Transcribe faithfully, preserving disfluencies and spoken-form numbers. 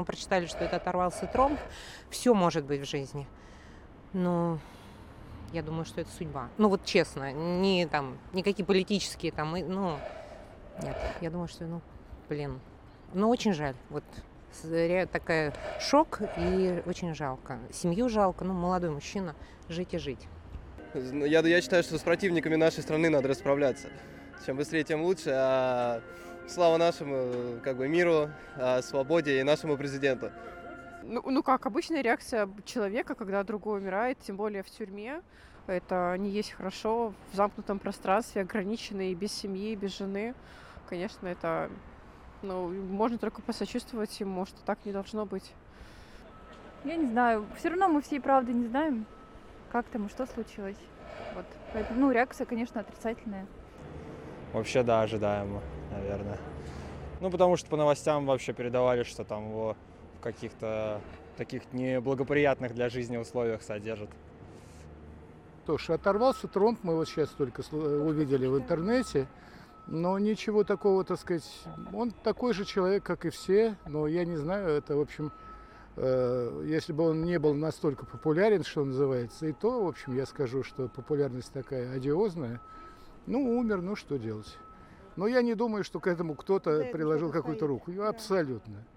прочитали, что это оторвался тромб. Все может быть в жизни. Но я думаю, что это судьба. Ну вот честно, не там, никакие политические там, и- ну, нет. Я думаю, что, ну, блин, ну очень жаль. Вот с- ре- такая шок и очень жалко. Семью жалко, ну молодой мужчина, жить и жить. Я, я считаю, что с противниками нашей страны надо расправляться. Чем быстрее, тем лучше. А слава нашему как бы, миру, а, свободе и нашему президенту. Ну, ну как, обычная реакция человека, когда другой умирает, тем более в тюрьме. Это не есть хорошо, в замкнутом пространстве, ограниченный, без семьи, без жены. Конечно, это, ну, можно только посочувствовать ему, что так не должно быть. Я не знаю. Все равно мы всей правды не знаем, как там и что случилось. Вот. Поэтому, ну, реакция, конечно, отрицательная. Вообще, да, ожидаемо, наверное. Ну, потому что по новостям вообще передавали, что там его в каких-то таких неблагоприятных для жизни условиях содержат. То, что оторвался тромб, мы вот сейчас только увидели в интернете, но ничего такого, так сказать, он такой же человек, как и все, но я не знаю, это, в общем, э, если бы он не был настолько популярен, что называется, и то, в общем, я скажу, что популярность такая одиозная, ну, умер, ну, что делать. Но я не думаю, что к этому кто-то приложил какую-то руку, абсолютно.